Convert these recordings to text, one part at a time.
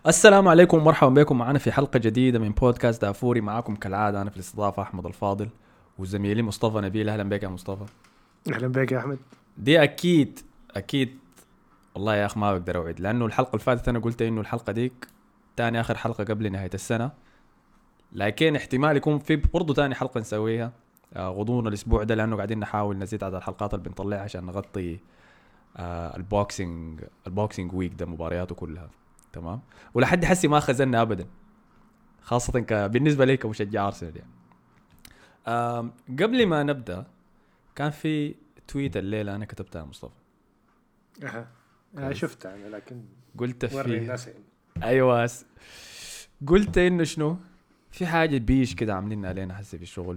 السلام عليكم ومرحبا بكم معنا في حلقة جديدة من بودكاست دافوري. معاكم كالعادة أنا في الاستضافة أحمد الفاضل وزميلي مصطفى نبيل. أهلا بك يا مصطفى. أهلا بك يا أحمد. دي أكيد والله يا أخ ما بقدر أوعد، لأنه الحلقة اللي فاتت أنا قلت إنه الحلقة ديك تاني آخر حلقة قبل نهاية السنة، لكن احتمال يكون في برضو تاني حلقة نسويها غضون الأسبوع ده، لأنه قاعدين نحاول نزيد عدد الحلقات اللي بنطلعها عشان نغطي البوكسينج ويك ده مبارياته كلها. تمام، ولحد حسي ما خزلنا أبدا، خاصة بالنسبة لي كمشجع أرسنال يعني. قبل ما نبدأ كان في تويت الليلة أنا كتبتها مصطفى. شفتها أنا، لكن قلت وري الناس يعني. أيوة قلت إنه شنو في حاجة بيش كده عاملين علينا حسي في الشغل،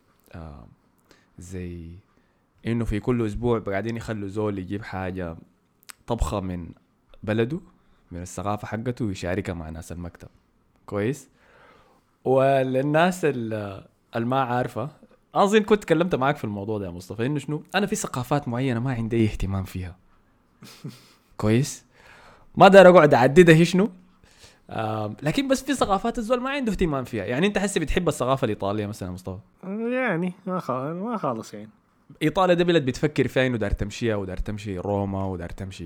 زي إنه في كل أسبوع قاعدين يخلوا زول يجيب حاجة طبخة من بلده من الثقافة حقته ويشاركها مع ناس المكتب. كويس. وللناس الما عارفة، أظن كنت تكلمت معاك في الموضوع ده يا مصطفى، إنه شنو أنا في ثقافات معينة ما عندي أي اهتمام فيها. كويس، ما دار أقعد أعددها هي شنو، لكن بس في ثقافات الزول ما عنده اهتمام فيها. يعني أنت حسي بتحب الثقافة الإيطالية مثلا يا مصطفى؟ يعني ما خالص يعني. إيطاليا ده بلد بتفكر فيها إنه دار تمشيها ودار تمشي روما ودار تمشي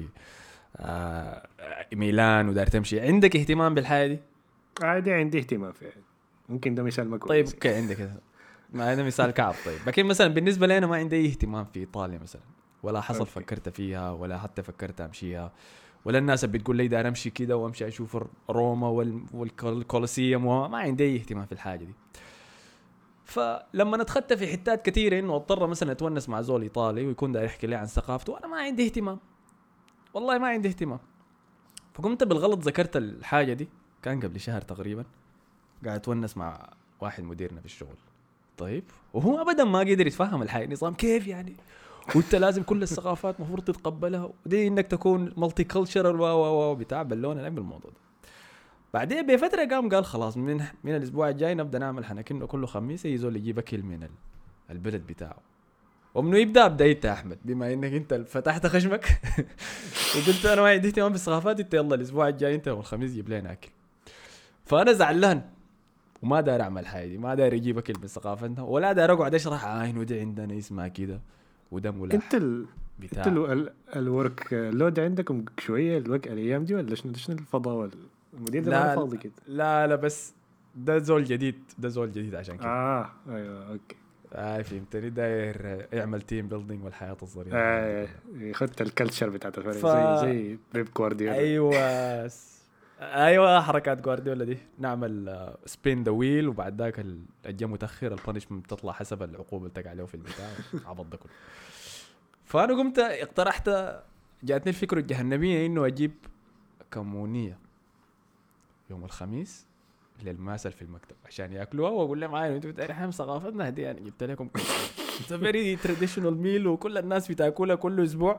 ميلان ودار تمشي. عندك اهتمام بالحاجة دي؟ عادي عندي اهتمام فيها، ممكن ده مثال ما طيب كويس. اوكي عندك كده، ما هذا مثال كعب. طيب لكن مثلا بالنسبه لي انا ما عندي اي اهتمام في ايطاليا مثلا، ولا حصل أوكي. فكرت فيها ولا حتى فكرت امشيها، ولا الناس اللي بتقول لي دار امشي كده وامشي اشوف روما والكولوسيوم، وما عندي اي اهتمام في الحاجه دي. فلما اتخدت في حتات كثيره انه اضطر مثلا اتونس مع زول ايطالي ويكون داير يحكي لي عن ثقافته، انا ما عندي اهتمام، والله ما عندي اهتمام. فقمت بالغلط ذكرت الحاجه دي، كان قبل شهر تقريبا، قاعد اتونس مع واحد مديرنا في الشغل. طيب وهو ابدا ما قدر يتفهم الحياة نظام كيف يعني، وانت لازم كل الثقافات مفروض تتقبلها، ودي انك تكون مالتي كلتشرال و بتاع باللون العلم بالموضوع ده. بعدين بفتره قال خلاص من الاسبوع الجاي نبدا نعمل حنكنه كله خميس يزول يجيب اكل من البلد بتاعه. ومنو يبدا انت يا احمد، بما انك انت فتحت خشمك وقلت انا ما عندي اهتمام بالثقافات، انت يلا الاسبوع الجاي انت والخميس جيب لنا اكل. فانا زعلان وما داير اعمل حاجه دي، ما داير اجيب اكل من ثقافتنا، ولا داير اقعد اشرح انه دي عندنا اسمها كده وده ملاح انت الورك لود عندكم شويه الوقت الايام دي، ولا شنو الفضاء والمدير ده ما فاضي كده؟ لا بس ده زول جديد عشان كده. ايوه اوكي. فهمتني، داير يعمل تيم بيلدينج والحياه الظريفه. خدت الكلتشر بتاعت الفريق زي بيب جوارديولا. ايوه حركات جوارديولا دي، نعمل سبين ذا ويل وبعد ذاك الجا متاخر البانشمنت تطلع حسب العقوبه اللي تقع عليه في البتاع عبط ده كله. فانا قمت اقترحت، جاتني الفكره الجهنميه انه اجيب كمونيه يوم الخميس للماسل في المكتب عشان ياكلوها، واقول لهم معايا انتوا بتعرفوا ثقافتنا دي، يعني جبت لكم فيري تراديشنال ميل وكل الناس بتاكلها كل اسبوع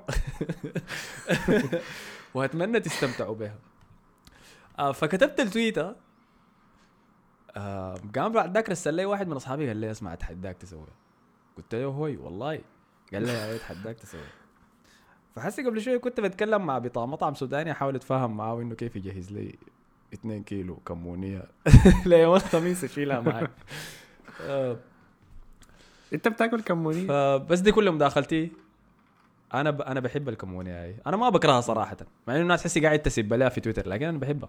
واتمنى تستمتعوا بها. فكتبت التويتر، قام بعد ذاك رسل لي واحد من اصحابي قال لي اسمع اتحداك تسويها. قلت له هوي والله، قال لي يا ريت اتحداك تسويها. فحسي قبل شويه كنت بتكلم مع بتاع مطعم سوداني احاول اتفاهم معاه انه كيف يجهز لي 2 كيلو كمونيه ليوم الخميس اشيلها معي. انت بتاكل كمونيه؟ فبس دي كل مداخلتي. انا بحب الكمونيه هاي، انا ما بكرهها صراحه، مع انه الناس حسي قاعد تسب لها في تويتر، لكن انا بحبها.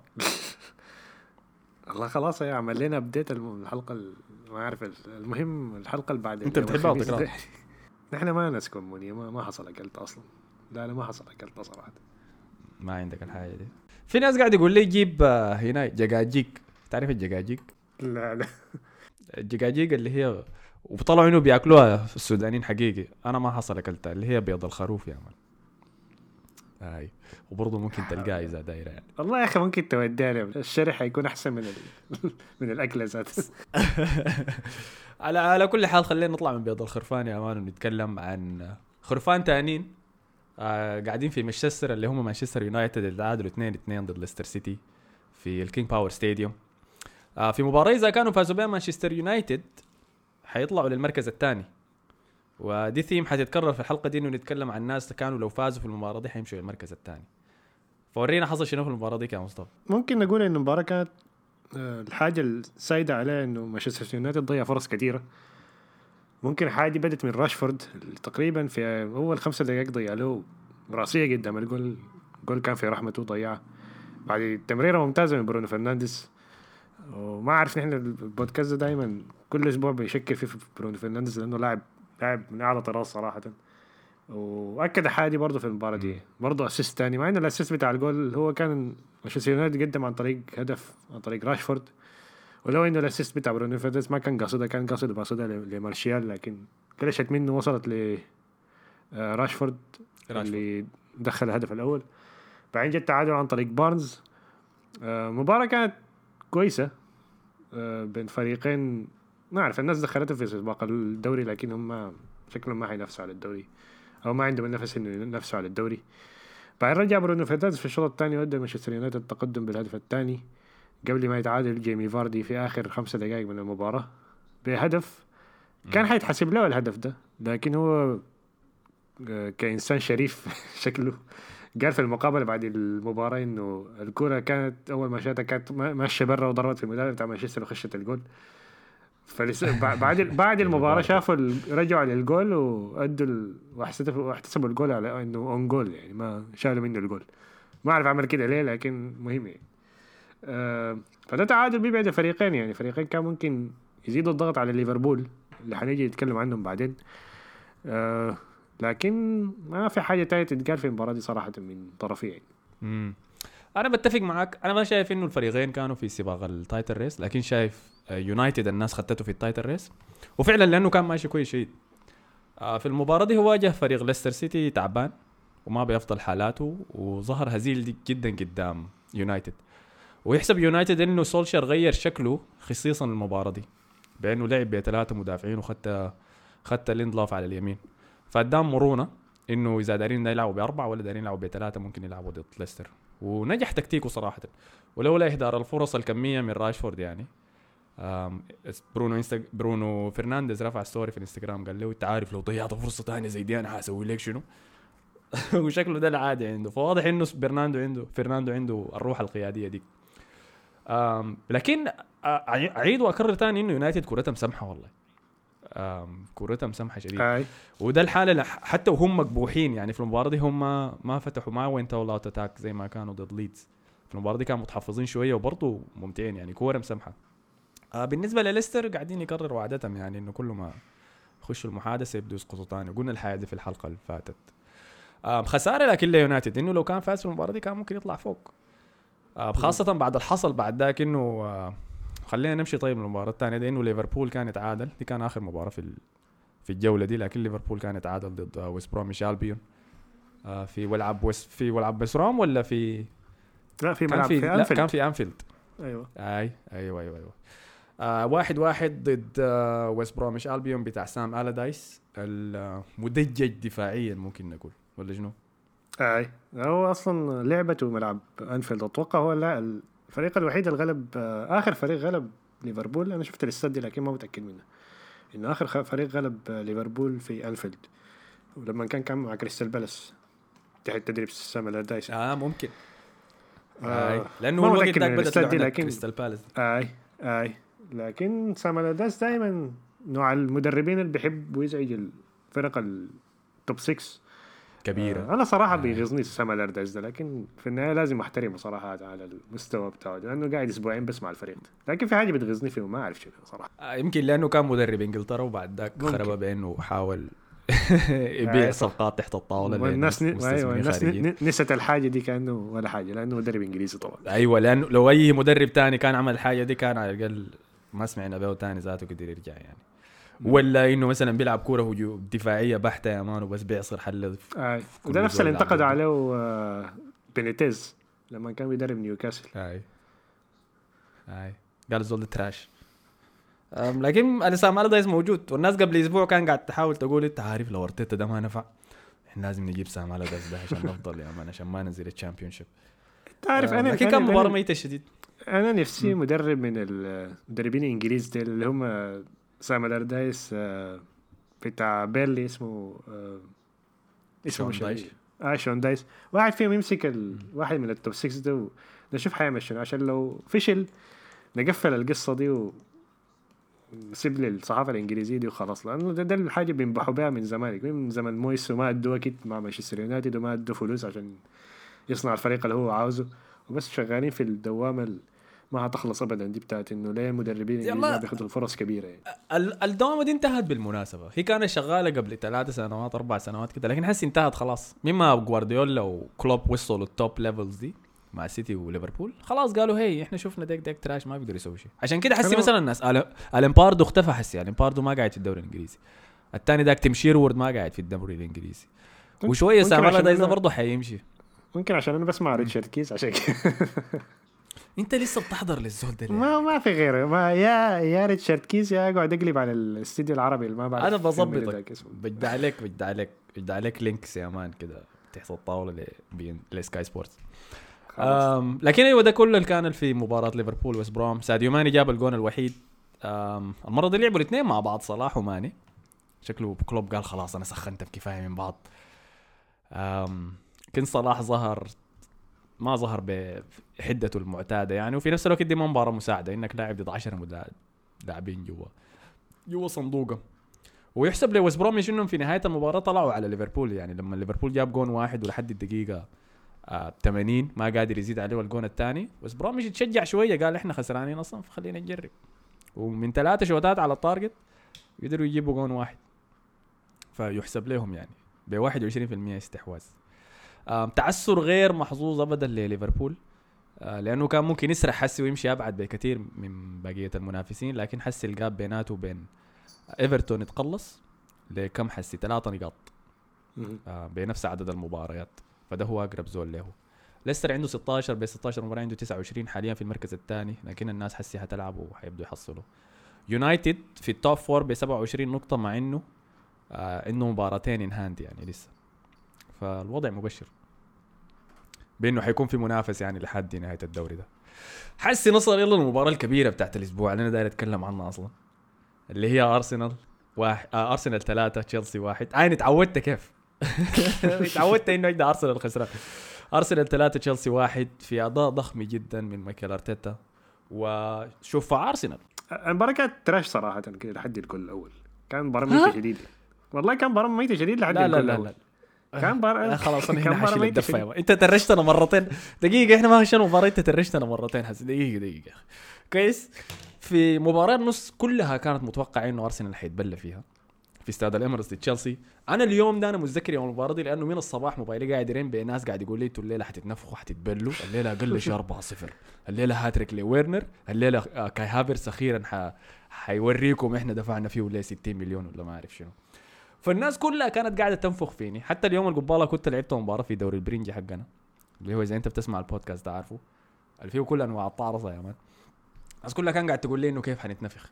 الله خلاص يا عمل لنا ابديت الحلقه ما اعرف المهم الحلقه اللي بعد انت بتحبها وتكرهها؟ نحن ما ناس كومونيه، ما حصل اكلت اصلا. لا ما حصل اكلت صراحه. ما عندك الحاجه دي. في ناس قاعد يقول لي جيب هنا دجاجيك، تعرف الدجاجيك؟ لا الدجاجيك اللي هي وبطلعوا انه بياكلوها السودانيين حقيقي، انا ما حصل اكلتها، اللي هي بيض الخروف يا مان. هاي وبرضه ممكن تلقاها اذا دايره يعني. والله يا اخي ممكن توديها لي، الشرح حيكون احسن من الاكله ذاته. على كل حال خلينا نطلع من بيض الخرفان يا مان ونتكلم عن خرفان تانين قاعدين في مانشستر، اللي هم مانشستر يونايتد اللي تعادلوا 2-2 ضد ليستر سيتي في الكينج باور ستاديوم. في مباراة إذا كانوا فازوا بها مانشستر يونايتد حيطلعوا للمركز الثاني، ودي ثيم حتتكرر في الحلقة دي، إنه نتكلم عن الناس كانوا لو فازوا في المباراة دي حيمشوا للمركز الثاني. فورينا حصل شنو في المباراه دي يا مصطفى. ممكن نقول إن المباراة كانت الحاجة السائدة عليها إنه مانشستر يونايتد ضيع فرص كثيرة. ممكن حاجة بدت من راشفورد تقريبا في أول 5 دقائق ضيع له راسية قدام الجول. الجول كان في رحمته ضيعها بعد تمريرة ممتازة من برونو فرنانديز. وما أعرف نحن البودكاست دائما كل أسبوع بيشكر فيه في برونو فرنانديز لأنه لاعب من أعلى طراز صراحة. واكد حاجه برضه في المباراه دي برضه اسيست تاني مع ان الاسيست بتاع الجول هو كان مانشستر يونايتد قدم عن طريق هدف عن طريق راشفورد. ولو انه الاسيست بتاع برونو فرنانديز ما كان قاصدها كان قاصد باصدها لمارشيال لكن كلشت منه وصلت ل راشفورد اللي دخل الهدف الاول. بعدين جاء التعادل عن طريق بارنز. مباراه كانت كويسه بين فريقين ما اعرف الناس دخلتهم في سباق الدوري لكن هم شكلهم ما حينافسوا على الدوري او ما عندهم النفس انه ينافسوا على الدوري. بعد رجع برونو فرنانديز في الشوط الثاني ودى مانشستر يونايتد التقدم بالهدف الثاني قبل ما يتعادل جيمي فاردي في اخر 5 دقائق من المباراه بهدف كان حيتحسب له الهدف ده لكن هو كإنسان شريف شكله قال في المقابله بعد المباراه انه الكره كانت اول ما شاتها كانت ماشيه برا وضربت في المدافع بتاع مانشستر وخشت الجول. بعد المباراه شافوا رجعوا للجول وادوا واحتسبوا الجول على انه اون جول يعني ما شالوا منه الجول. ما اعرف عمل كده ليه لكن مهم يعني. فده تعادل بيبعد الفريقين يعني فريقين كان ممكن يزيدوا الضغط على ليفربول اللي حنيجي نتكلم عنهم بعدين. لكن ما في حاجه تانية تتقال في المباراه دي صراحه من طرفين. انا بتفق معك. انا ما شايف انه الفريقين كانوا في سباق التايتل ريس لكن شايف يونايتد الناس خدته في التايتل ريس وفعلا لانه كان ماشي كويس شديد. في المباراه دي هو واجه فريق ليستر سيتي تعبان وما بيفضل حالاته وظهر هزيل جدا قدام يونايتد. ويحسب يونايتد انه سولشر غير شكله خصيصا المباراه دي بانه لعب ب3 مدافعين خدت ليندلوف على اليمين فقدام مرونه انه اذا دارين يلعبوا ب4 ولا دارين يلعبوا ب3 ممكن يلعبوا ضد ليستر. ونجح تكتيكه صراحه ولولا اهدار الفرص الكميه من راشفورد يعني. برونو فرنانديز رفع ستوري في الانستغرام قال له انت عارف لو ضيعت فرصه ثانيه زي دي انا حاسوي لك شنو. وشكله ده العادي عنده فواضح انه فرناندو عنده الروح القياديه دي. لكن اعيد واكرر ثاني انه يونايتد كرتها مسامحه والله. كرتها مسامحه شديد وده الحاله حتى وهم مقبوحين يعني في المباراه دي هم ما فتحوا ما وين تاول اوت اتاك زي ما كانوا ضد ليدز. في المباراه دي كانوا متحفظين شويه وبرضه ممتعين يعني كوره مسامحه. بالنسبه لليستر قاعدين يكرروا عادتهم يعني انه كل ما يخشوا المحادثه يبدوا يسقطوا ثاني. وقلنا الحاجه دي في الحلقه اللي فاتت. خساره لكن ليونايتد انه لو كان فاز في المباراه دي كان ممكن يطلع فوق. خاصه بعد الحصل بعد ذاك انه خلينا نمشي طيب المباراه الثانيه دي انه ليفربول كان يتعادل. دي كان اخر مباراه في الجوله دي لكن ليفربول كان يتعادل ضد ويست بروميش ألبيون في ولعب ويست بروم ولا في لا في ملعب في أنفيلد. كان في أنفيلد. ايوه 1-1 ضد ويست بروميش ألبيون بتاع سام ألادايس المدجج دفاعيا ممكن نقول ولا شنو. هو اصلا لعبته ملعب أنفيلد اتوقع هو الفريق الوحيد اللي غلب اخر فريق غلب ليفربول. انا شفت الاستاد دي لكن ما متاكد منه انه اخر فريق غلب ليفربول في أنفيلد ولما كان مع كريستال بالاس تحت تدريب سام ألادايس. ممكن لانه هو الوقت ده بدت لعبه كريستال بالاس. لكن سام ألادايس دائما نوع المدربين اللي بيحب ويزعج الفرق التوب 6 كبيرة. أنا صراحة بيغيظني سام ألادايس ده لكن في النهاية لازم أحترمه صراحة على المستوى بتاعه لأنه قاعد أسبوعين بس مع الفريق ده. لكن في حاجة بتغيظني فيه وما أعرف شنو صراحة. يمكن لأنه كان مدرب إنجلترا وبعد ذاك خربها بأنه حاول يبيع صفقات تحت الطاولة. والناس نسيت الحاجة دي كأنه ولا حاجة لأنه مدرب إنجليزي طبعا. أيوة لأنه لو أي مدرب تاني كان عمل الحاجة دي كان على الأقل ما سمعنا به تاني ذاته قدر يرجع يعني. ولا انه مثلا بيلعب كوره دفاعيه بحته يا مان وبس بيعصر حل. وده نفس اللي انتقد عليه بينيتيز لما كان بيدرب نيوكاسل. قال زول تراش. لكن الاسام ألادايس موجود والناس قبل اسبوع كان قاعد تحاول تقول انت عارف لو ارتيتا ده ما نفع احنا لازم نجيب سام ألادايس ده عشان نفضل يا مان عشان ما ننزل الشامبيونشيب. تعرف انا لكن كان مباراه ميته شديد. انا نفسي مدرب من المدربين الانجليز اللي هم سام ألادايس بتاع بيرلي اسمه شون دايس واحد فيهم يمسك واحد من التوب 6 ده نشوف حيعمل شنو، عشان لو فشل نقفل القصة دي وسيب لي الصحافة الإنجليزية دي وخلاص، لأنه ده الحاجة بينبحوا بها من زمان، من زمن مويس وما أدوا أكيد مع مانشستر يونايتد وما أدوا فلوس عشان يصنع الفريق اللي هو عاوزه، وبس شغالين في الدوامة ما هتخلص أبدا دي بتاعت إنه ليه مدربين إنجليز ما بياخدوا فرص كبيرة يعني. الدوامة دي انتهت بالمناسبة، هي كانت شغالة قبل 3 سنوات 4 سنوات كده، لكن حسي انتهت خلاص مما جوارديولا وكلوب وصلوا التوب ليفلز دي مع سيتي وليفربول. خلاص قالوا هي احنا شفنا ديك تراش ما بيقدر يسوي شيء. عشان كده حسي مثلا الناس الامباردو اختفى، حسي الامباردو ما قاعد في الدوري الانجليزي، الثاني داك تيم شيرورد ما قاعد في الدوري الانجليزي، وشويه سامر ده اذا برضه حيمشي. ممكن عشان انا بسمع ريتشارد كيس عشان كده. انت لسه بتحضر للزول ده ما في غيره، ما يا ريتشارد كيس يا اقعد اقلب على الاستديو العربي اللي ما بعرف. انا بظبطك بدي عليك لينكس يا مان كده تحت الطاوله لسكاي سبورتس. لكن ايوه ده كله اللي كان في مباراه ليفربول ويست بروم. ساديو ماني جاب الجون الوحيد. المره دي لعبوا الاثنين مع بعض، صلاح وماني. شكله كلوب قال خلاص انا سخنت بكفايه من بعض. كان صلاح ما ظهر بحدته المعتاده يعني، وفي نفس الوقت دي ما مباراه مساعده انك لاعب ضد 10 لاعبين جوا صندوقه. ويحسب لي ويست بروميتش انهم في نهايه المباراه طلعوا على ليفربول، يعني لما ليفربول جاب جون واحد ولحد الدقيقه 80 ما قادر يزيد عليه الجون الثاني، ويست بروميتش يتشجع شويه قال احنا خسرانين اصلا فخلينا نجرب، ومن 3 شوطات على التارجت يقدروا يجيبوا جون واحد، فيحسب لهم يعني ب 21% استحواذ. تعثر غير محظوظ ابدا لليفربول، لانه كان ممكن يسرح حسي ويمشي ابعد بكثير من بقيه المنافسين، لكن حسي الجاب بيناته وبين ايفرتون اتقلص لكم حسي 3 نقاط بنفس عدد المباريات، فده هو اقرب زول له. ليستر عنده 16 ب 16 مباراه، عنده 29 حاليا في المركز الثاني، لكن الناس حسي هتلعب وحيبدوا يحصلوا. يونايتد في التوب 4 ب 27 نقطه، مع انه انه مباراتين ان هاند يعني لسه، فالوضع مبشر بانه حيكون في منافس يعني لحد نهايه الدوري ده. حسي نصل يلا المباراه الكبيره بتاعت الاسبوع اللي انا داير اتكلم عنها اصلا، اللي هي ارسنال 3 تشيلسي 1. عين تعودت كيف تعودت انه عند ارسنال خسران. ارسنال 3 تشيلسي 1 في اداء ضخم جدا من مايكل ارتيتا. وشوف ارسنال المباراه كانت تراش صراحه كده لحد الجول الاول، كان مباراه ميته شديد والله، كان مباراه ميته شديد لحد الجول الاول. لا كان خلاص انا هنا حاشيل الدفه. انت ترشتنا مرتين دقيقه، احنا ما هشنا مباراه، انت ترشتنا مرتين حس دقيقه كويس. في مباراه النص كلها كانت متوقع انه ارسنال حيتبلى فيها في استاد الاميريتس تشيلسي. انا اليوم ده انا متذكر يوم المباراه دي لانه من الصباح موبايلي قاعد يرن بناس قاعد يقول لي انتوا الليله حتتنفخوا حتتبلوا، الليله اقل شيء 4-0، الليله هاتريك لويرنر، الليله كاي هافرز اخيرا حيوريكم احنا دفعنا فيه ولا 60 مليون ولا ما اعرف شنو. فالناس كلها كانت قاعده تنفخ فيني. حتى اليوم القباله كنت لعبت مباراه في دوري البرنجي حقنا، اللي هو اذا انت بتسمع البودكاست ده عارفه، اللي فيه كل انواع الطارصه يا مان. الناس كلها كان قاعد تقول لي انه كيف حنتنفخ.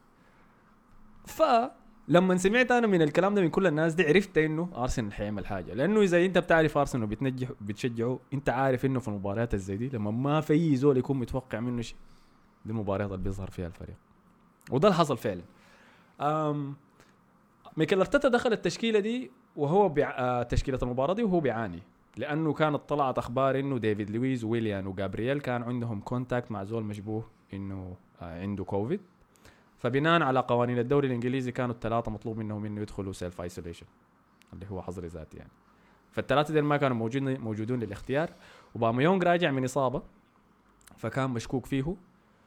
فلما سمعت انا من الكلام ده من كل الناس دي عرفت انه ارسنال حيعمل حاجه، لانه اذا انت بتعرف ارسنال وبتشجعه انت عارف انه في المباريات الزي دي لما ما في زول يكون متوقع منه شيء، دي المباريات اللي بيظهر فيها الفريق، وده اللي حصل فعلا. ميكل ارتيتا دخل التشكيله دي وهو تشكيله المباراه دي وهو بيعاني، لانه كانت طلعت اخبار انه ديفيد لويز وويليان وجابرييل كان عندهم كونتاكت مع زول مشبوه انه عنده كوفيد. فبناء على قوانين الدوري الانجليزي كانوا ال3 مطلوب منهم انه يدخلوا سيلف ايسوليشن اللي هو حظر ذاتي يعني. فال3 دول ما كانوا موجودون للاختيار، وباميونغ راجع من اصابه فكان مشكوك فيه،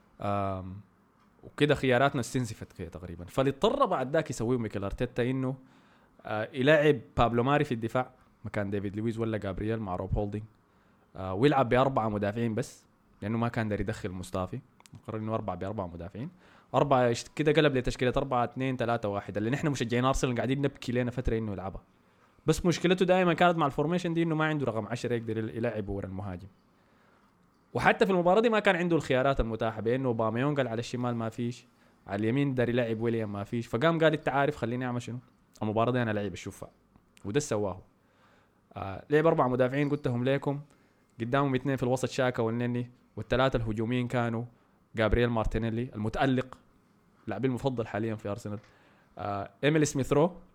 وكده خياراتنا استنزفت كده تقريبا. فاضطر بعد ذاك يسويه ميكل ارتيتا انه يلعب بابلو ماري في الدفاع مكان ديفيد لويز ولا جابرييل مع روب هولدينج، ويلعب ب4 مدافعين بس لانه ما كان داري يدخل مصطفى، قرر انه 4 ب4 مدافعين 4 كده، قلب لتشكيله 4-2-3-1 اللي نحن مشجعين ارسنال قاعدين نبكي لنا فتره انه يلعبها. بس مشكلته دائما كانت مع الفورميشن دي انه ما عنده رقم 10 يقدر يلعب ورا المهاجم، وحتى في المباراه دي ما كان عنده الخيارات المتاحه، بانه باميونغ قال على الشمال ما فيش، على اليمين داري يلعب ويليام ما فيش، فقام قال انت عارف خليني اعمل شنو المباراه دي انا لعب الشفاء، وده سواه. لعب 4 مدافعين قلتهم لكم، قدامهم 2 في الوسط شاكا والنني، وال3 الهجوميين كانوا جابرييل مارتينيلي المتألق لاعبي المفضل حاليا في ارسنال، ايميل سميثرو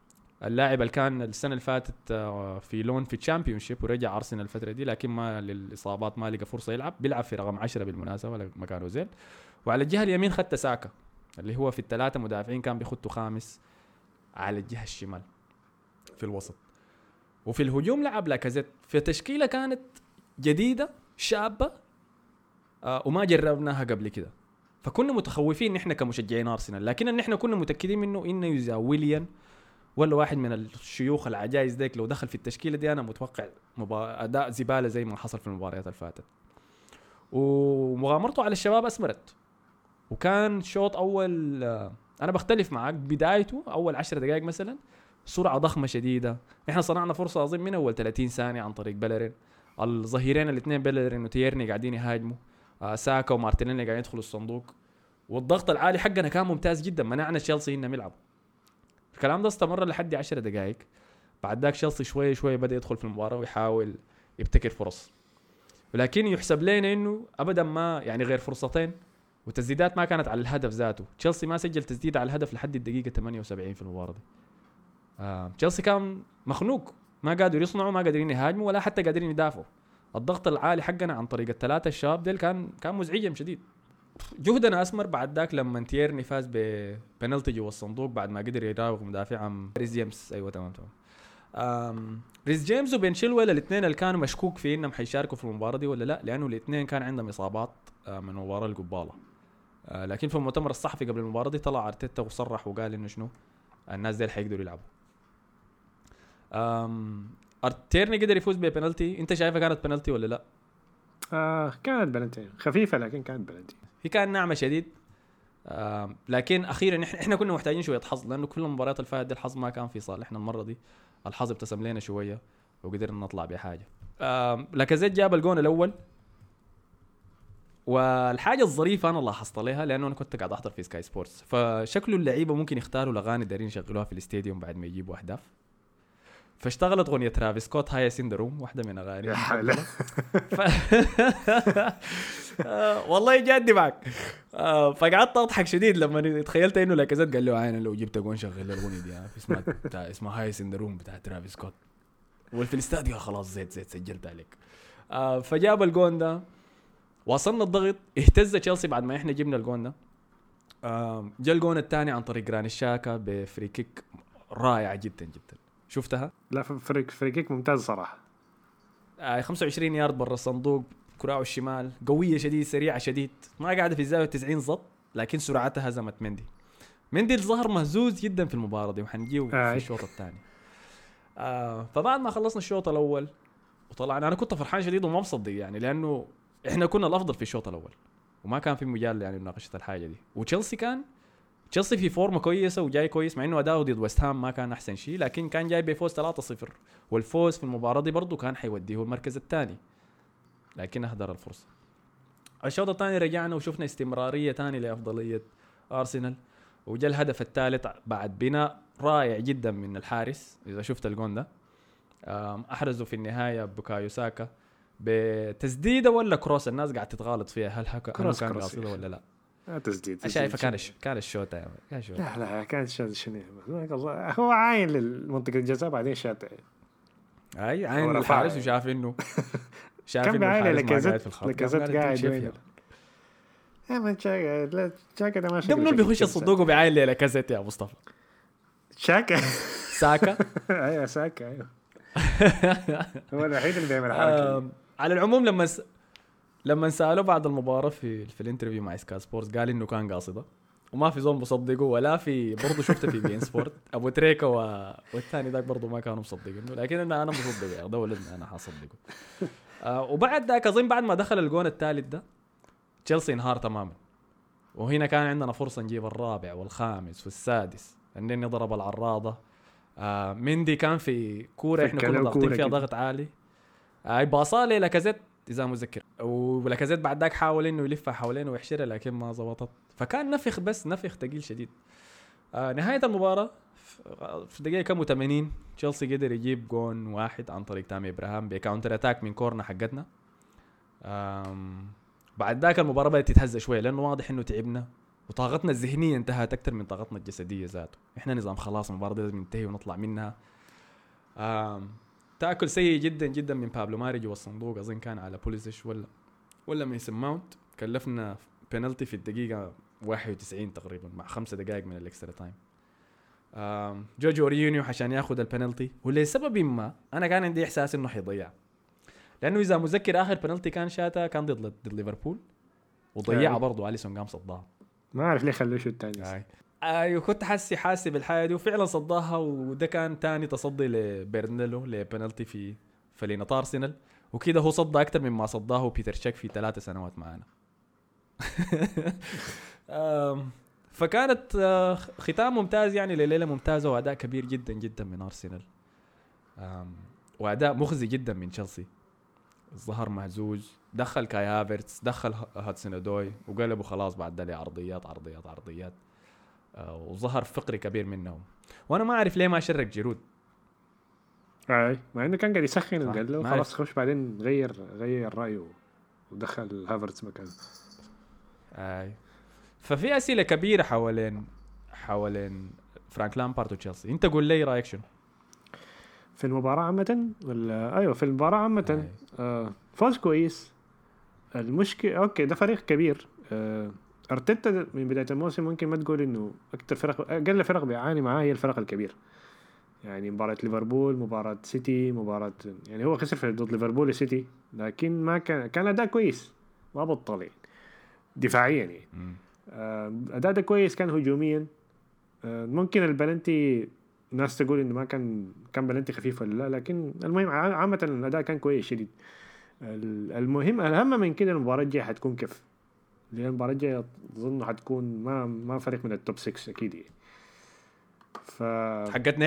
اللاعب اللي كان السنه اللي فاتت في لون في الشامبيونشيب ورجع ارسنال الفتره دي، لكن ما للاصابات ما لقى فرصه يلعب. بيلعب في رقم 10 بالمناسبه ولا مكانه زين. وعلى الجهه اليمين خدت ساكا اللي هو في الثلاثه مدافعين كان بيخطوا خامس على الجهه الشمال في الوسط. وفي الهجوم لعب لاكازيت في تشكيله كانت جديده شابه وما جربناها قبل كده. فكنا متخوفين نحن كمشجعين ارسنال، لكن نحن كنا متاكدين منه انه يوزا ويليان ولا واحد من الشيوخ العجائز ديك لو دخل في التشكيله دي انا متوقع اداء زباله زي ما حصل في المباريات اللي فاتت. ومغامرته على الشباب اثمرت. وكان شوط اول انا بختلف معاك، بدايته اول 10 دقائق مثلا سرعه ضخمه شديده. احنا صنعنا فرصه اظن من اول 30 ثانيه عن طريق بيلرين. الظهيرين الاثنين بيلرين وتيرني قاعدين يهاجموا، ساكا ومارتينيلي قاعدين يدخلوا الصندوق. والضغط العالي حقنا كان ممتاز جدا، منعنا تشيلسي انهم يلعبوا. الكلام ده استمر لحد 10 دقائق. بعد ذاك تشيلسي شوي شوي بدا يدخل في المباراه ويحاول يبتكر فرص، ولكن يحسب لنا انه ابدا ما يعني غير فرصتين، والتسديدات ما كانت على الهدف ذاته. تشيلسي ما سجل تسديد على الهدف لحد الدقيقه 78 في المباراه دي. تشيلسي كان مخنوق، ما قادر يصنعوا، ما قادرين يهاجموا ولا حتى قادرين يدافعوا. الضغط العالي حقنا عن طريق الثلاثه الشباب ديل كان مزعجا شديد. جهدنا اسمر بعد ذاك لما تيرني فاز ببنالتي جوا الصندوق بعد ما قدر يراوغ مدافع ريس جيمس. ايوه تمام. ريس جيمس وبن شيلويل الاثنين اللي كانوا مشكوك في انهم حيشاركوا في المباراه دي ولا لا، لانه الاثنين كان عندهم اصابات من مباراه القباله. لكن في المؤتمر الصحفي قبل المباراه دي طلع ارتيتا وصرح وقال انه شنو الناس دي حيقدروا يلعبوا. تيرني قدر يفوز ببنالتي. انت شايفها كانت بنالتي ولا لا؟ كانت بنالتي خفيفه لكن كانت بنالتي. هي كان ناعمه شديد. لكن اخيرا احنا كنا محتاجين شويه حظ، لانه كل المباريات اللي فاتت الحظ ما كان في صالحنا. المره دي الحظ ابتسم لنا شويه وقدرنا نطلع بحاجه. لاكازيت جاب الجون الاول. والحاجه الظريفه انا لاحظت عليها لانه انا كنت قاعد احضر في سكاي سبورتس، فشكله اللعيبه ممكن يختاروا الاغاني دارين يشغلوها في الاستاديوم بعد ما يجيبوا اهداف. فاشتغلت اغنيه ترافيس سكوت هاي سندروم، واحده من اغاني يا حلا. والله جادي معك. فقعدت اضحك شديد لما تخيلت انه لاكازيت قال له عين لو جبت جون شغل الاغنيه دي اسمها هاي سندروم بتاع ترافيس سكوت، وفي الاستاديو خلاص زيت سجلت عليك. فجاب الجون ده، وصلنا الضغط، اهتز تشيلسي بعد ما احنا جبنا الجون ده. جاء الجون الثاني عن طريق جراني شاكا بفري كيك رائع جدا جدا. شفتها؟ لا فري كيك ممتاز صراحه. 25 يارد برا الصندوق، كراعه الشمال قويه شديد، سريعه شديد، ما قاعده في الزاويه 90 ضبط، لكن سرعتها هزمت مندي الظهر مهزوز جدا في المباراه دي، وحنجيه في الشوط الثاني. فبعد ما خلصنا الشوط الاول وطلعنا، انا كنت فرحان شديد وما مصدق يعني، لانه احنا كنا الافضل في الشوط الاول وما كان في مجال يعني مناقشه الحاجه دي. وتشيلسي في فورمه كويسه وجاي كويس، مع انه اداؤه ضد ويست هام ما كان احسن شيء، لكن كان جاي بفوز 3-0، والفوز في المباراه دي برضه كان حيوديه المركز الثاني، لكن اهدر الفرصه. الشوط الثاني رجعنا وشفنا استمراريه ثانيه لافضليه ارسنال، وجاء الهدف الثالث بعد بناء رائع جدا من الحارس. اذا شفت الجون ده احرزه في النهايه بوكايو ساكا بتسديده ولا كروس، الناس قاعده تتغالط فيها هل كان قاصده ولا لا. تسديد شايفه كان الشوط يعني لا كان شنو هو عاين للمنطقه الجزاء بعدين شات اي عين الحارس وشاف انه كان بعين لكازيت قاعد وين يا من شاكا ده ماشي قبل بيخش الصندوق وبيعاين لي لكازيت يا مصطفى. ساكا ايوه ساكا ايوه هو الوحيد اللي بيعمل حركه. على العموم لما سالوه بعد المباراه في الانترفيو مع سكاي سبورتس قال انه كان قاصده، وما في زول مصدقه، ولا في برضه شفته في بي ان سبورت ابو تريكا والثاني ذاك برضه ما كانوا مصدقينه، لكن انا مصدق يعني، ده ولدنا انا حصدقه. وبعد ذاك اظن بعد ما دخل الجون الثالث ده تشيلسي انهار تماما، وهنا كان عندنا فرصه نجيب الرابع والخامس والسادس، عندنا ضرب العراضه. مندي كان في كوره احنا كنا ضاغطين فيها ضغط عالي، باصاله لاكازيت اذا مذكر، ولاكازيت بعد ذاك حاول انه يلفها حوالينه ويحشرها لكن ما زبطت، فكان نفخ ثقيل شديد. نهايه المباراه في دقيقه كم 80 تشيلسي قدر يجيب جون واحد عن طريق تامي ابراهام بكاونتر اتاك من كورنا بعد ذاك المباراه بدات تتهز شويه، لانه واضح انه تعبنا وطاقتنا الذهنيه انتهت اكثر من طاقتنا الجسديه ذاته. احنا نظام خلاص المباراه لازم ننتهي ونطلع منها. تاكل سيء جدا جدا من بابلو ماري جوا الصندوق، اظن كان على بوليسيش ولا ميسن ماونت، كلفنا بينالتي في الدقيقه 91 تقريبا مع 5 دقائق من الاكسترا تايم. جوجو ريونيو عشان ياخذ البينالتي، ولسبب ما انا كان عندي احساس انه حيضيع، لانه اذا مذكر اخر بينالتي كان شاتا كان ضد ليفربول وضيعها برضه، اليسون قام صدها. ما اعرف ليه خلوه شو الثاني. ايوه كنت حاسس بالحاجه دي، وفعلا صداها، وده كان تاني تصدي لبرنلو لبنالتي في فلينة ارسنال، وكده هو صدى اكثر مما صداه بيتر تشيك في 3 سنوات معنا. فكانت ختام ممتاز يعني لليله ممتازه، واداء كبير جدا جدا من ارسنال، واداء مخزي جدا من تشيلسي. الظهر مهزوج، دخل كاي هافرتس، دخل هاتسون أودوي، وقلبوا خلاص بعد ده عرضيات عرضيات عرضيات، وظهر فقري كبير منهم. وانا ما اعرف ليه ما شرك جيرود، مع انه كان قاعد يسخن وقال له خلاص خش، بعدين غير رايه ودخل هافرتس مكانه. ففي اسئله كبيره حوالين فرانك لامبارد وتشيلسي. انت قول لي رايك شنو في المباراه عامه؟ ولا ايوه في المباراه عامه. فوز كويس. المشكله اوكي ده فريق كبير. ارتيتا من بدايه الموسم ممكن ما تقول انه اقل فرق بيعاني معاه هي الفرق الكبير، يعني مباراة ليفربول، مباراة سيتي، مباراة يعني هو خسر ضد ليفربول وسيتي، لكن ما كان أداء كويس، ما بطل يعني دفاعيا يعني. أداء ده كويس، كان هجوميا. ممكن البلنتي الناس تقول إنه ما كان بلنتي خفيف ولا لا، لكن المهم عامة الأداء كان كويس شديد. المهم الأهم من كده المباراة الجاية حتكون كيف، لأن المباراة الجاية أظن حتكون ما فريق من التوب 6 أكيد يعني. حقتنا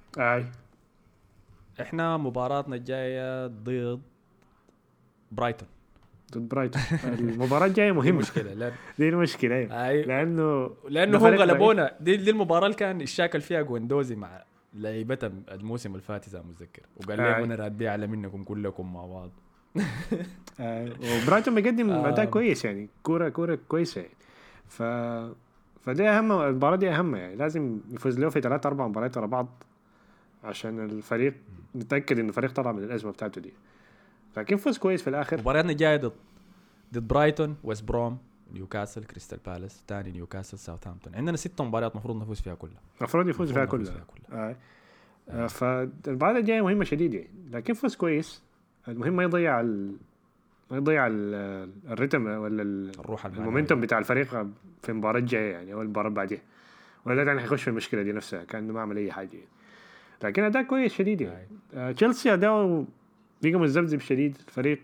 احنا مباراتنا الجايه ضد برايتون. المباراة الجاية مهمة. مشكلة دي المشكلة. لأنه هم غلبونا. دي المباراة اللي كان الشاكل فيها جويندوزي مع لعيبة الموسم الفات إذا متذكر، وقال لهم أنا راد بيع على منكم كلكم مع بعض. وبرايتون بيقدم أداء كويس يعني، كورة كويسة يعني. فدي أهم المباراة دي أهم يعني، لازم يفوز له في 3-4 مباريات ورا بعض عشان الفريق نتأكد إنه الفريق طلع من الأزمة بتاعته دي. لكن فوز كويس في الآخر. مباراتنا جاية ضد برايتون، ويست بروم، نيوكاسل، كريستال بالاس، تاني نيوكاسل، ساوثهامبتون. عندنا 6 مباريات مفروض نفوز فيها كلها. مفروض يفوز فيها كلها. فالمباراة الجاية مهمة شديدة، لكن فوز كويس. المهم ما يضيع الريتم ولا الروح المومنتوم بتاع الفريق في المباراة الجاية يعني، أو المباراة بعدها، ولا يعني هيخش في المشكلة دي نفسها كأنه ما عمل أي حاجة يعني. لكن أداء كويس شديد يعني. تشيلسي أداءه بيجي مزبزب شديد. الفريق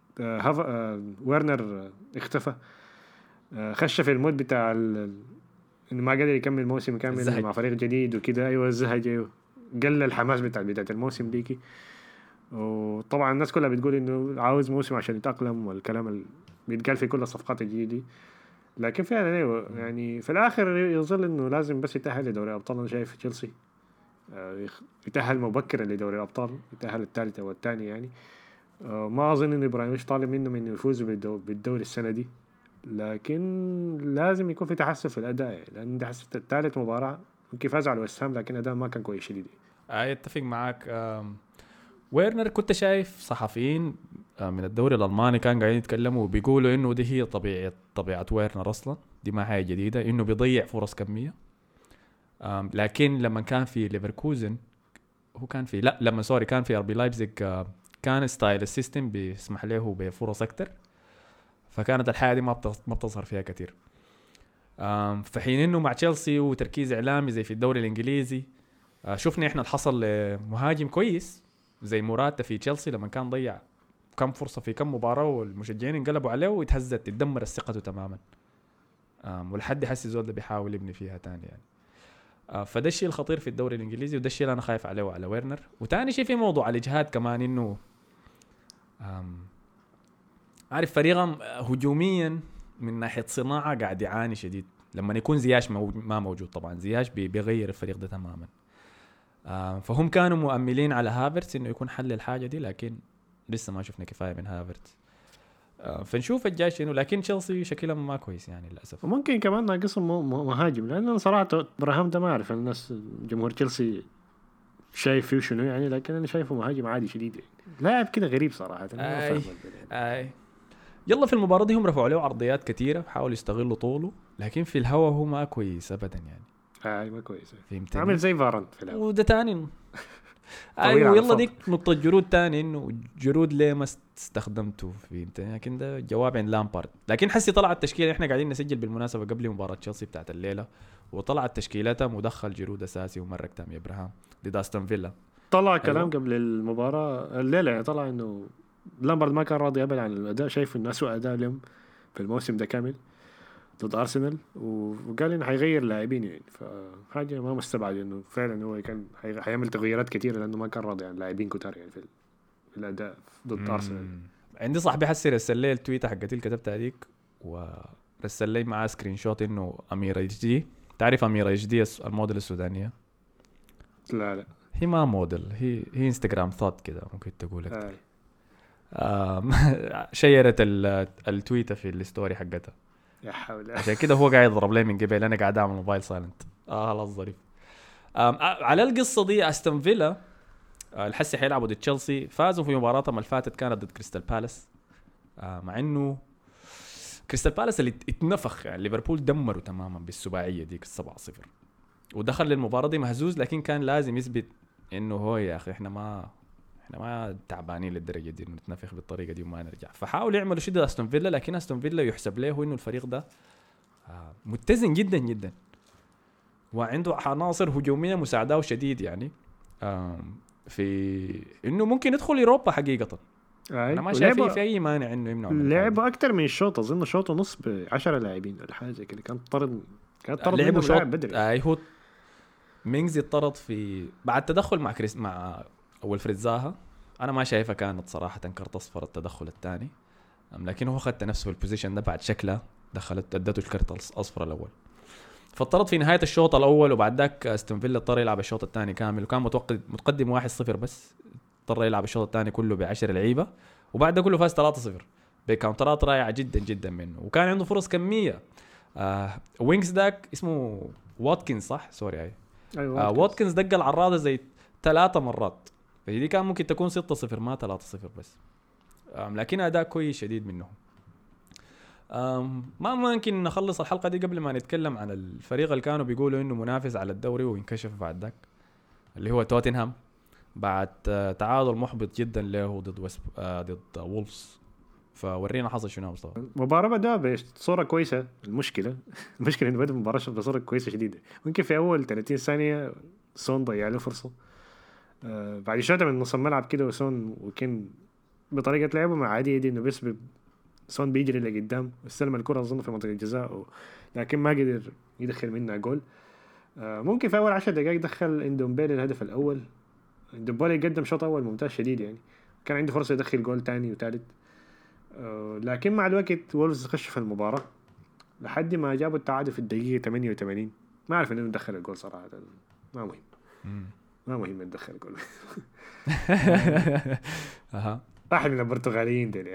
ويرنر اختفى، خش في المود بتاع إنه ما قدر يكمل موسم كامل مع فريق جديد وكده. أيوة الزهج، أيوة قل الحماس بتاع بداية الموسم ديكي. وطبعا الناس كلها بتقول إنه عاوز موسم عشان يتأقلم، والكلام اللي بيتقال في كل الصفقات الجديدة. لكن فعلا أيوة يعني في الآخر يظل إنه لازم بس يتأهل لدوري الأبطال. أنا شايف تشيلسي يتأهل مبكرا لدوري الأبطال، يتأهل الثالث أو الثاني يعني. ما أظن إن إبراهيموفيتش طالب منه إنه يفوز بالدوري السنة دي، لكن لازم يكون في تحسن في الأداء يعني، لأن ده ثالث مباراة ممكن فاز على وست هام، لكن أداء ما كان كويس شديد. أتفق معك. ويرنر كنت شايف صحفيين من الدوري الألماني كان قاعدين يتكلموا وبيقولوا إنه دي هي طبيعة ويرنر أصلا، دي ما حاجة جديدة، إنه بيضيع فرص كمية. لكن لما كان في ليفركوزن كان في اربي لايبزيج، كان ستايل السيستم بيسمح له بفرص اكتر، فكانت الحاجه دي ما بتظهر فيها كتير. فحين انه مع تشيلسي وتركيز اعلامي زي في الدوري الانجليزي، شفنا احنا الحصل لمهاجم كويس زي موراتا في تشيلسي لما كان ضيع كم فرصه في كم مباراه، والمشجعين انقلبوا عليه واتهزت تدمر ثقته تماما. ولحد حسي زول ده بيحاول يبني فيها تاني يعني. فده الشيء الخطير في الدوري الانجليزي، وده الشيء اللي انا خايف عليه وعلى ويرنر. وتاني شيء في موضوع الاجهاد كمان، انه عارف فريقهم هجوميا من ناحيه صناعه قاعد يعاني شديد. لما يكون زياش ما موجود، طبعا زياش بيغير الفريق ده تماما. فهم كانوا مؤملين على هافرتس انه يكون حل الحاجه دي، لكن لسه ما شفنا كفايه من هافرتس. فنشوف الجاي شنو، لكن تشيلسي شكلها ما كويس يعني للاسف. وممكن كمان ناقصهم مهاجم، لأن أنا صراحة براهام ده ما أعرف الناس جمهور تشيلسي شايف فيه شنو يعني، لكن أنا شايفه مهاجم عادي شديد يعني. لاعب كده غريب صراحة. اي يلا في المباراة دي هم رفعوا له عرضيات كثيرة، حاولوا يستغلوا طوله، لكن في الهوا هو ما كويس ابدا يعني. ما كويس. فهمتني؟ عامل زي فاران في الهوا. وده تاني ايوه يلا ديك نقطة جرود تاني، انه جرود ليه ما استخدمته، فهمتني؟ لكن ده جواب عند لامبارد. لكن حسي طلعت تشكيلة، احنا قاعدين نسجل بالمناسبة قبل مباراة تشيلسي بتاعت الليلة، وطلعت تشكيلتها مدخل جرود اساسي ومرق تامي ابراهام ضد استون فيلا. طلع كلام قبل المباراة الليلة يعني، طلع انه لامبارد ما كان راضي ابدا عن الاداء، شايف انه اسوء اداء لهم في الموسم ده كامل ضد ارسنال، وقال انه حيغير لاعبين يعني. فحاجه ما مستبعد انه فعلا هو كان حيعمل تغييرات كثيره، لانه ما كان راضي عن لاعبين كتار يعني في الاداء ضد ارسنال. عندي صاحبي حسي رسل لي التويته حقتي اللي كتبتها هذيك، ورسل لي معاه سكرين شوت انه اميره يجدي. تعرف اميره يجدي الموديل السودانيه؟ لا هي ما موديل، هي انستغرام ثوت كده ممكن تقول لك. شيرت التويته في الستوري حقتها. يا حول. عشان كده هو قاعد يضرب لي من قبل، انا قاعد اعمل موبايل سايلنت. خلاص ظريف. على القصه دي استون فيلا الحسي حيلعبوا ضد تشيلسي، فازوا في مباراتهم اللي فاتت كانت ضد كريستال بالاس. مع انه كريستال بالاس اللي اتنفخ يعني، ليفربول دمروا تماما بالسباعيه ديك 7-0، ودخل للمباراه دي مهزوز، لكن كان لازم يثبت انه هو يا اخي احنا ما تعبانين للدرجه دي انه نتنفخ بالطريقه دي وما نرجع. فحاولوا يعملوا شيء ضد استون فيلا، لكن استون فيلا يحسب له انه الفريق ده متزن جدا جدا، وعنده عناصر هجوميه مساعده شديد يعني، في انه ممكن يدخل اوروبا حقيقه. انا ما شايف في اي مانع انه يمنعوا. لعبوا اكثر من الشوط، اظن شوط ونص ب10 لاعبين ولا حاجه كده، كانت طرد لعبوا شوط بدري. هو مينجز يطرد في بعد تدخل مع اول فريد زاها. انا ما شايفها كانت صراحه كرت اصفر التدخل الثاني، لكن هو خدت نفسه في البوزيشن ده بعد شكله دخلت ادته الكرت الاصفر الاول، فاضطرد في نهايه الشوط الاول، وبعد ذاك استون فيلا اضطر يلعب الشوط الثاني كامل، وكان متقدم 1-0 بس، اضطر يلعب الشوط الثاني كله ب10 لعيبه، وبعد ده كله فاز 3-0 بكاونترات رائعه جدا جدا منه، وكان عنده فرص كميه. وينجز داك اسمه واتكنز صح؟ سوري أيوة واتكنز دق العراضه زي 3 مرات، فدي كان ممكن تكون 6-0 ما 3-0 بس. لكن اداء كويس شديد منهم. ما ممكن نخلص الحلقه دي قبل ما نتكلم عن الفريق اللي كانوا بيقولوا انه منافس على الدوري وينكشف بعد ذاك، اللي هو توتنهام، بعد تعادل محبط جدا له ضد وولفز. فورينا حصل شنو مصطفى. المباراه بدأ بصوره كويسه. المشكله انه بدا المباراه بصوره كويسه شديده. ممكن في اول 30 ثانيه سون ضيع له فرصه، بعد شويه من نص الملعب كده، وسون وكان بطريقه لعبه مع عاديه دي انه بس سون بيجري لقدام واستلم الكره اظن في منطقه الجزاء، لكن ما قدر يدخل منها جول. ممكن في اول 10 دقائق دخل اندومبيلي الهدف الاول. اندومبيلي قدم شوط اول ممتاز شديد يعني، كان عنده فرصه يدخل جول تاني وثالث، لكن مع الوقت وولفز خش في المباراه لحد ما جابوا التعادل في الدقيقه 88. ما اعرف انه دخل الجول صراحه، ما مهم يدخل جول. واحد من البرتغاليين دي.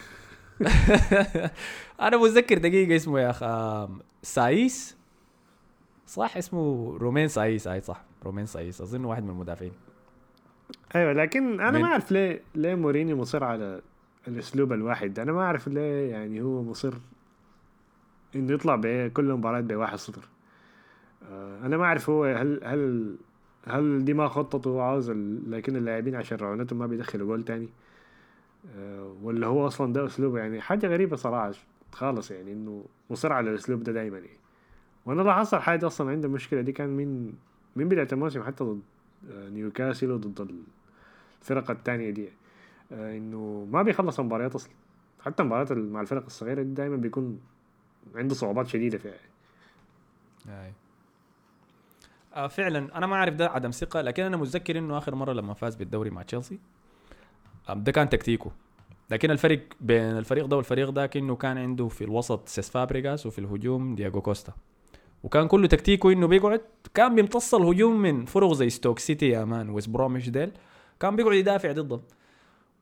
انا متذكر دقيقه اسمه يا اخ سايس صح، اسمه رومين سايس. صح رومين سايس، اظن واحد من المدافعين. ايوه، لكن انا ما اعرف ليه مورينيو مصر على الاسلوب الواحد. انا ما اعرف ليه يعني هو مصر انه يطلع بكل مباراه ب1-0. انا ما اعرف هو هل دي ما خطته وعاوز لكن اللاعبين عشان رعونتهم ما بيدخلوا جول تاني، ولا هو اصلا ده اسلوبه يعني. حاجه غريبه صراحه خالص يعني، انه مصر على الاسلوب ده دايما يعني. وانا لاحظت الحاجه اصلا عنده مشكله دي كان من بدايه الموسم، حتى ضد نيوكاسل وضد الفرق الثانيه دي، انه ما بيخلص مباريات اصلا. حتى مباريات مع الفرق الصغيره دي دايما بيكون عنده صعوبات شديده فيها. فعلا انا ما اعرف ده عدم ثقه، لكن انا متذكر انه اخر مره لما فاز بالدوري مع تشيلسي ده كان تكتيكه. لكن الفرق بين الفريق ده والفريق ده كأنه كان عنده في الوسط سيس فابريغاس وفي الهجوم دياغو كوستا، وكان كله تكتيكه انه بيقعد كان بيمتص الهجوم من فرق زي ستوك سيتي يا مان ويست بروميش ديل، كان بيقعد يدافع ضدهم.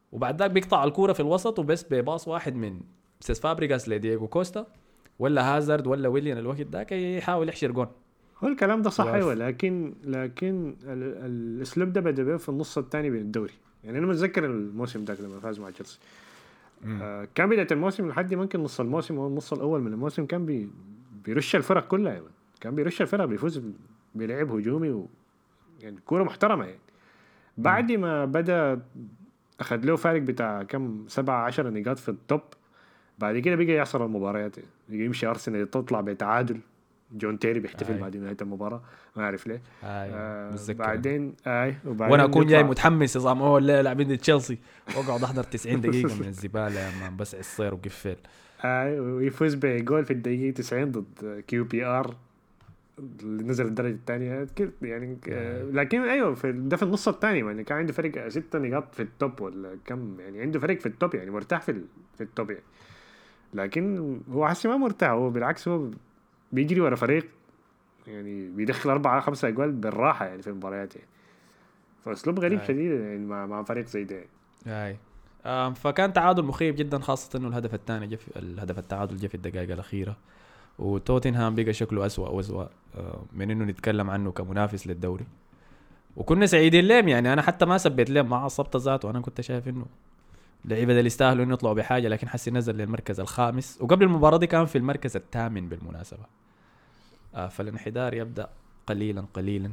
وبعد ذاك بيقطع الكوره في الوسط وبس بباص واحد من سيس فابريغاس لدييغو كوستا ولا هازارد ولا ويليان الوقت ذاك يحاول يحشر جون. هو الكلام ده صح ايوه، لكن الاسلوب ده بدا بيه في النص الثاني من الدوري. يعني انا متذكر الموسم ده لما فاز مع تشيلسي كان بدايه الموسم لحد ممكن نص الموسم او النص الاول من الموسم كان بيرش الفرق كلها يعني. كان بيرش الفرق بيفوز بيلعب هجومي يعني كوره محترمه يعني. بعد ما بدا اخذ له فارق بتاع كم 7-10 نقاط في التوب، بعد كده بقى يعصر المباريات يعني. يمشي ارسنال تطلع بتعادل، جون تيري بيحتفل بعد نهايه المباراه ما اعرف ليه. بعدين وانا اكون جاي متحمس نظام لا لاعبين تشيلسي واقعد احضر 90 دقيقه من الزباله لما بس الصير وقفل ويفوز بجول في الدقيقه 90 ضد كيو بي ار اللي نزل الدرجه الثانيه يعني. لكن ايوه ده في النص الثاني يعني كان عنده فرق 6 نقاط في التوب ولا كم يعني. عنده فرق في التوب يعني مرتاح في التوب يعني. لكن هو حسي ما مرتاح، هو بالعكس هو بيجري ورا فريق يعني بيدخل 4-5 أجوال بالراحة يعني في المباريات يعني. فأسلوب غريب شديد يعني مع فريق زي ده يعني. فكان تعادل مخيف جدا، خاصة إنه الهدف الثاني الهدف التعادل جاء في الدقائق الأخيرة، وتوتنهام بقى شكله أسوأ وأسوأ من إنه نتكلم عنه كمنافس للدوري. وكنا سعيدين لهم يعني. أنا حتى ما سبيت لهم مع عصبت ذاته، وأنا كنت شايف إنه لعيبة اللي يستاهلوا إنه يطلعوا بحاجة، لكن حسي نزل للمركز الخامس، وقبل المباراة دي كان في المركز الثامن بالمناسبة. فالانحدار يبدأ قليلا قليلا.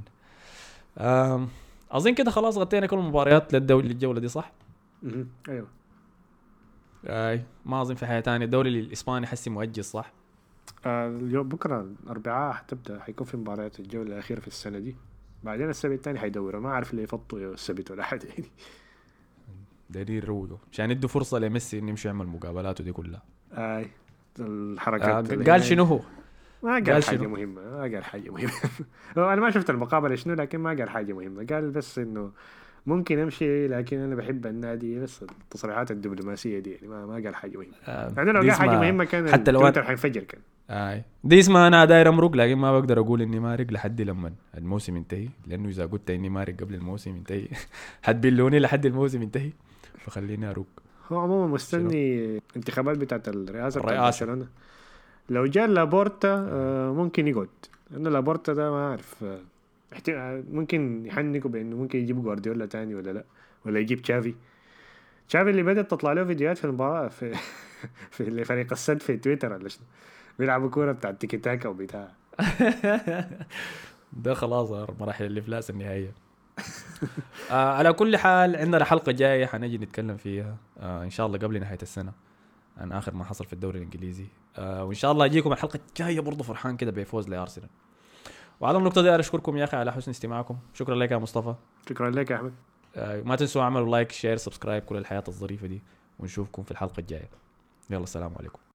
أظن كده خلاص غطينا كل المباريات للدوري للجولة دي صح؟ أيوة. ما أظن في حاجة تانية. الدوري الإسباني حسي مؤجل صح؟ اليوم بكرة الأربعاء حتبدأ حيكون في مباريات الجولة الأخيرة في السنة دي، بعدين السبت الثاني حيدوروا. ما أعرف اللي يفضوا السبت ولا حاجة يعني. دليل روجو عشان يدوا فرصة لميسي إنه يمشي يعمل مقابلاته دي كلها. الحركات قال شنو هو؟ ما قال حاجة مهمة. أنا ما شفت المقابلة شنو، لكن ما قال حاجة مهمة. قال بس إنه ممكن أمشي لكن أنا بحب النادي. بس التصريحات الدبلوماسية دي يعني ما قال حاجة مهمة. يعني لو قال حاجة مهمة كان حتى لو تويتر حينفجر كان. دي اسمها أنا داير أمرق، لكن ما بقدر أقول إني مارق لحد لما الموسم ينتهي، لأنه إذا قلت إني مارق قبل الموسم ينتهي حتبلوني لحد الموسم ينتهي، فخليني أروق. هو عموما مستني انتخابات بتاعت الرئاسة بتاعت برشلونة. لو جاء لابورتا ممكن يقعد، لأنه لابورتا ده ما أعرف ممكن يحنكوا بأنه ممكن يجيب جوارديولا تاني ولا لا، ولا يجيب تشافي اللي بدأت تطلع له فيديوهات في المباراة في فريق السد في تويتر ولا شنو، بيلعبوا كورة بتاعت تيكي تاكا وبتاع ده خلاص مراحل الإفلاس النهائية. على كل حال عندنا حلقة جاية حنجي نتكلم فيها إن شاء الله قبل نهاية السنة عن آخر ما حصل في الدوري الإنجليزي، وإن شاء الله أجيكم الحلقة الجاية برضو فرحان كده بفوز لأرسنال. وعلى النقطة دي أشكركم يا أخي على حسن استماعكم. شكرا لك يا مصطفى. شكرا لك يا أحمد. ما تنسوا اعملوا لايك شير سبسكرايب كل الحياة الظريفة دي، ونشوفكم في الحلقة الجاية. يلا السلام عليكم.